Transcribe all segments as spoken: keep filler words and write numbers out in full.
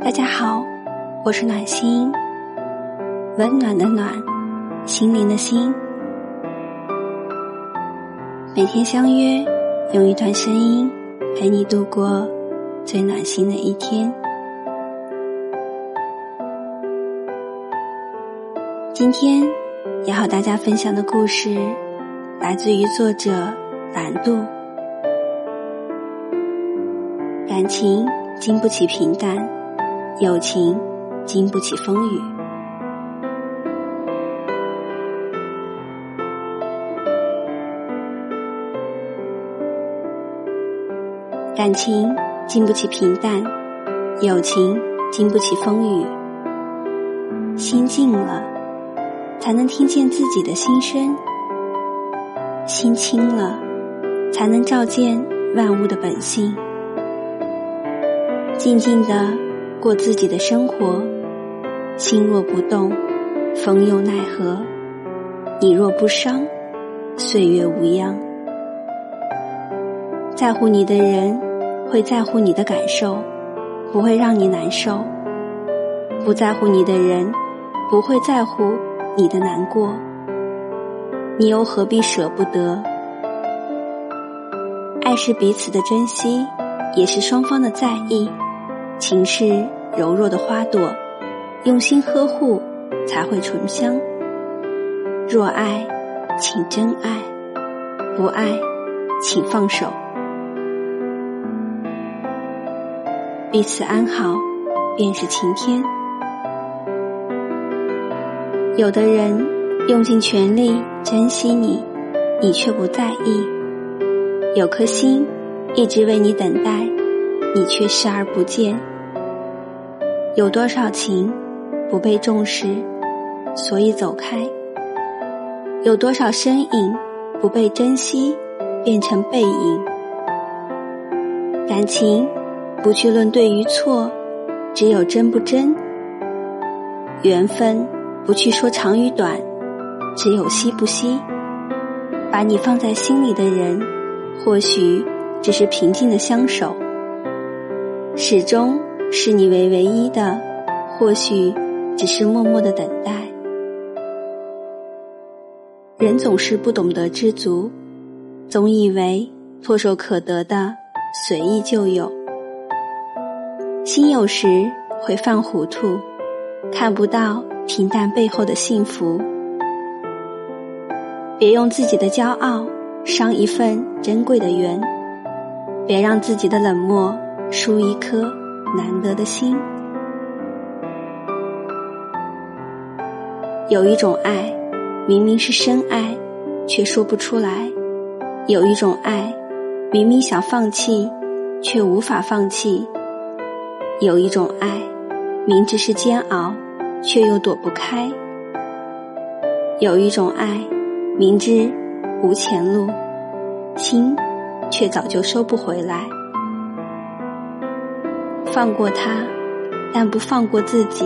大家好，我是暖心，温暖的暖，心灵的心。每天相约，用一段声音陪你度过最暖心的一天。今天要和大家分享的故事来自于作者蓝度。感情经不起平淡，友情经不起风雨。感情经不起平淡，友情经不起风雨。心静了，才能听见自己的心声；心清了，才能照见万物的本性。静静地过自己的生活，心若不动，风又奈何；你若不伤，岁月无恙。在乎你的人会在乎你的感受，不会让你难受；不在乎你的人不会在乎你的难过，你又何必舍不得？爱是彼此的珍惜，也是双方的在意。情是柔弱的花朵，用心呵护才会醇香。若爱，请真爱；不爱，请放手。彼此安好，便是晴天。有的人用尽全力珍惜你，你却不在意；有颗心一直为你等待，你却视而不见。有多少情不被重视，所以走开；有多少身影不被珍惜，变成背影。感情不去论对与错，只有真不真；缘分不去说长与短，只有惜不惜。把你放在心里的人，或许只是平静的相守，始终视你为唯一的，或许只是默默的等待。人总是不懂得知足，总以为唾手可得的随意就有。心有时会犯糊涂，看不到平淡背后的幸福。别用自己的骄傲伤一份珍贵的缘，别让自己的冷漠输一颗难得的心。有一种爱，明明是深爱，却说不出来；有一种爱，明明想放弃，却无法放弃；有一种爱，明知是煎熬，却又躲不开；有一种爱，明知无前路，心却早就收不回来。放过他，但不放过自己。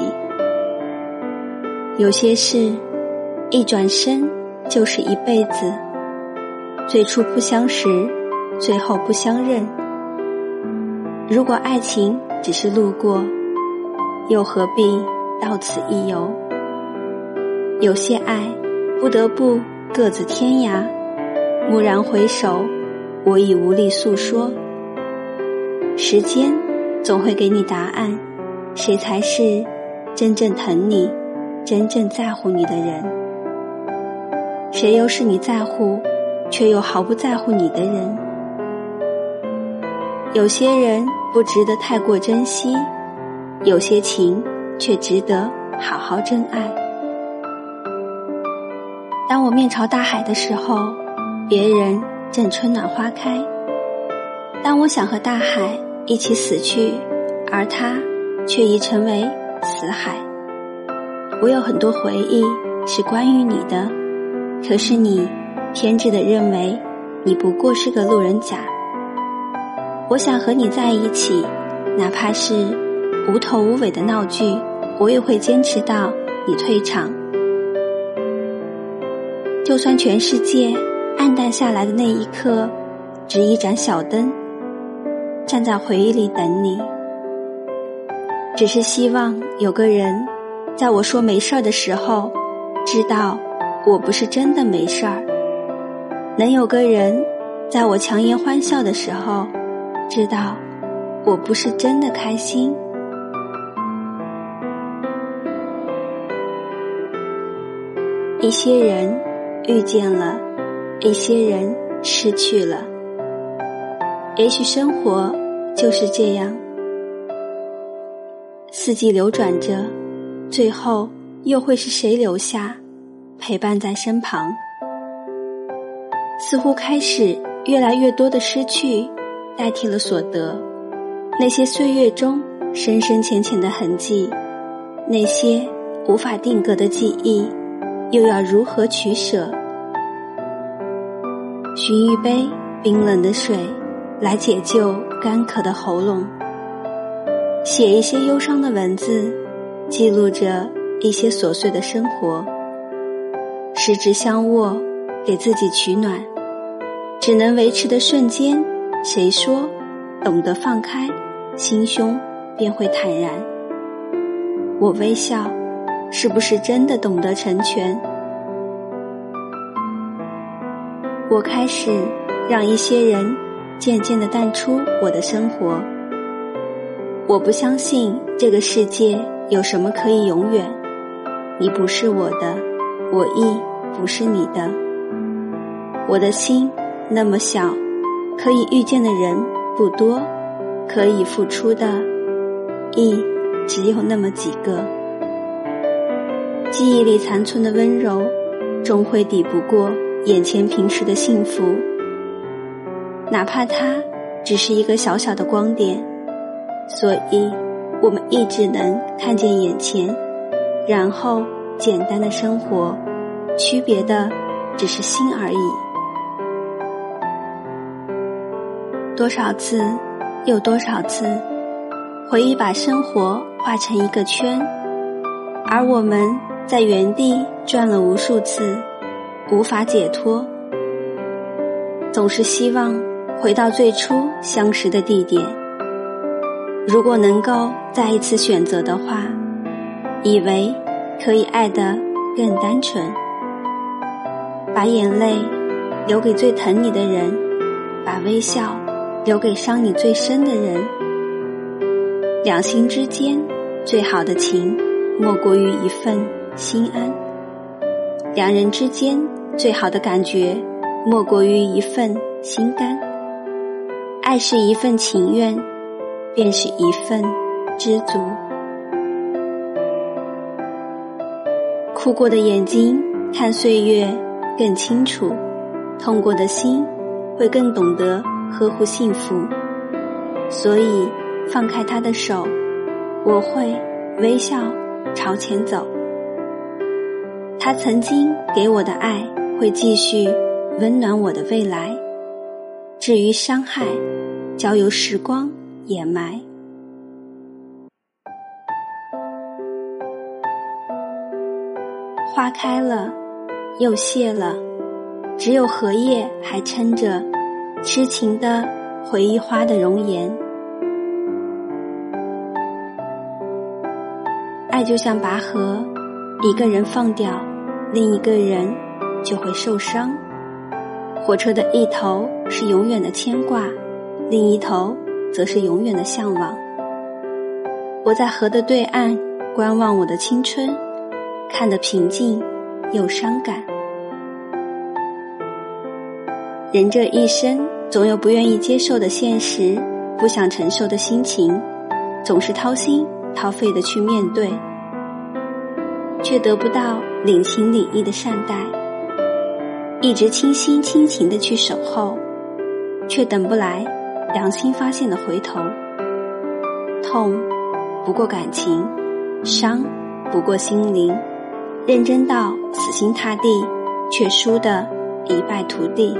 有些事一转身就是一辈子，最初不相识，最后不相认。如果爱情只是路过，又何必到此一游？有些爱不得不各自天涯，蓦然回首，我已无力诉说。时间总会给你答案，谁才是真正疼你，真正在乎你的人？谁又是你在乎，却又毫不在乎你的人？有些人不值得太过珍惜，有些情却值得好好珍爱。当我面朝大海的时候，别人正春暖花开。当我想和大海一起死去，而他却已成为死海。我有很多回忆是关于你的，可是你偏执地认为你不过是个路人甲。我想和你在一起，哪怕是无头无尾的闹剧，我也会坚持到你退场。就算全世界暗淡下来的那一刻，只一盏小灯，站在回忆里等你。 只是希望有个人在我说没事儿的时候，知道我不是真的没事儿，能有个人在我强颜欢笑的时候，知道我不是真的开心。一些人遇见了，一些人失去了，也许生活就是这样，四季流转着，最后又会是谁留下陪伴在身旁？似乎开始越来越多的失去代替了所得，那些岁月中深深浅浅的痕迹，那些无法定格的记忆，又要如何取舍？寻一杯冰冷的水来解救干渴的喉咙，写一些忧伤的文字，记录着一些琐碎的生活，十指相握，给自己取暖，只能维持的瞬间，谁说懂得放开，心胸便会坦然？我微笑，是不是真的懂得成全？我开始让一些人渐渐地淡出我的生活。我不相信这个世界有什么可以永远，你不是我的，我亦不是你的。我的心那么小，可以遇见的人不多，可以付出的亦只有那么几个。记忆里残存的温柔，终会抵不过眼前平时的幸福，哪怕它只是一个小小的光点。所以我们一直能看见眼前，然后简单的生活，区别的只是心而已。多少次又多少次，回忆把生活画成一个圈，而我们在原地转了无数次，无法解脱。总是希望回到最初相识的地点，如果能够再一次选择的话，以为可以爱得更单纯。把眼泪留给最疼你的人，把微笑留给伤你最深的人。两心之间最好的情，莫过于一份心安。两人之间最好的感觉，莫过于一份心甘。爱是一份情愿，便是一份知足。哭过的眼睛看岁月更清楚，痛过的心会更懂得呵护幸福。所以放开他的手，我会微笑朝前走。他曾经给我的爱，会继续温暖我的未来。至于伤害，交由时光掩埋。花开了，又谢了，只有荷叶还撑着，痴情的回忆花的容颜。爱就像拔河，一个人放掉，另一个人就会受伤。火车的一头是永远的牵挂，另一头则是永远的向往。我在河的对岸观望我的青春，看得平静又伤感。人这一生总有不愿意接受的现实，不想承受的心情，总是掏心掏肺的去面对，却得不到领情领意的善待。一直倾心倾情的去守候，却等不来良心发现的回头。痛不过感情，伤不过心灵，认真到死心塌地，却输得一败涂地。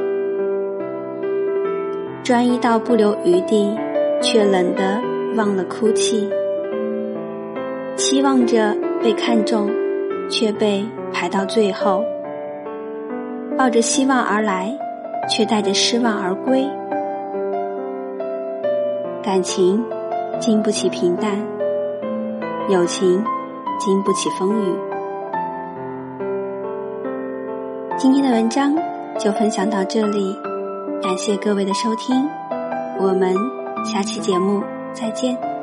专一到不留余地，却冷得忘了哭泣。期望着被看中，却被排到最后。抱着希望而来，却带着失望而归。感情经不起平淡， 友情经不起风雨。今天的文章就分享到这里，感谢各位的收听，我们下期节目再见。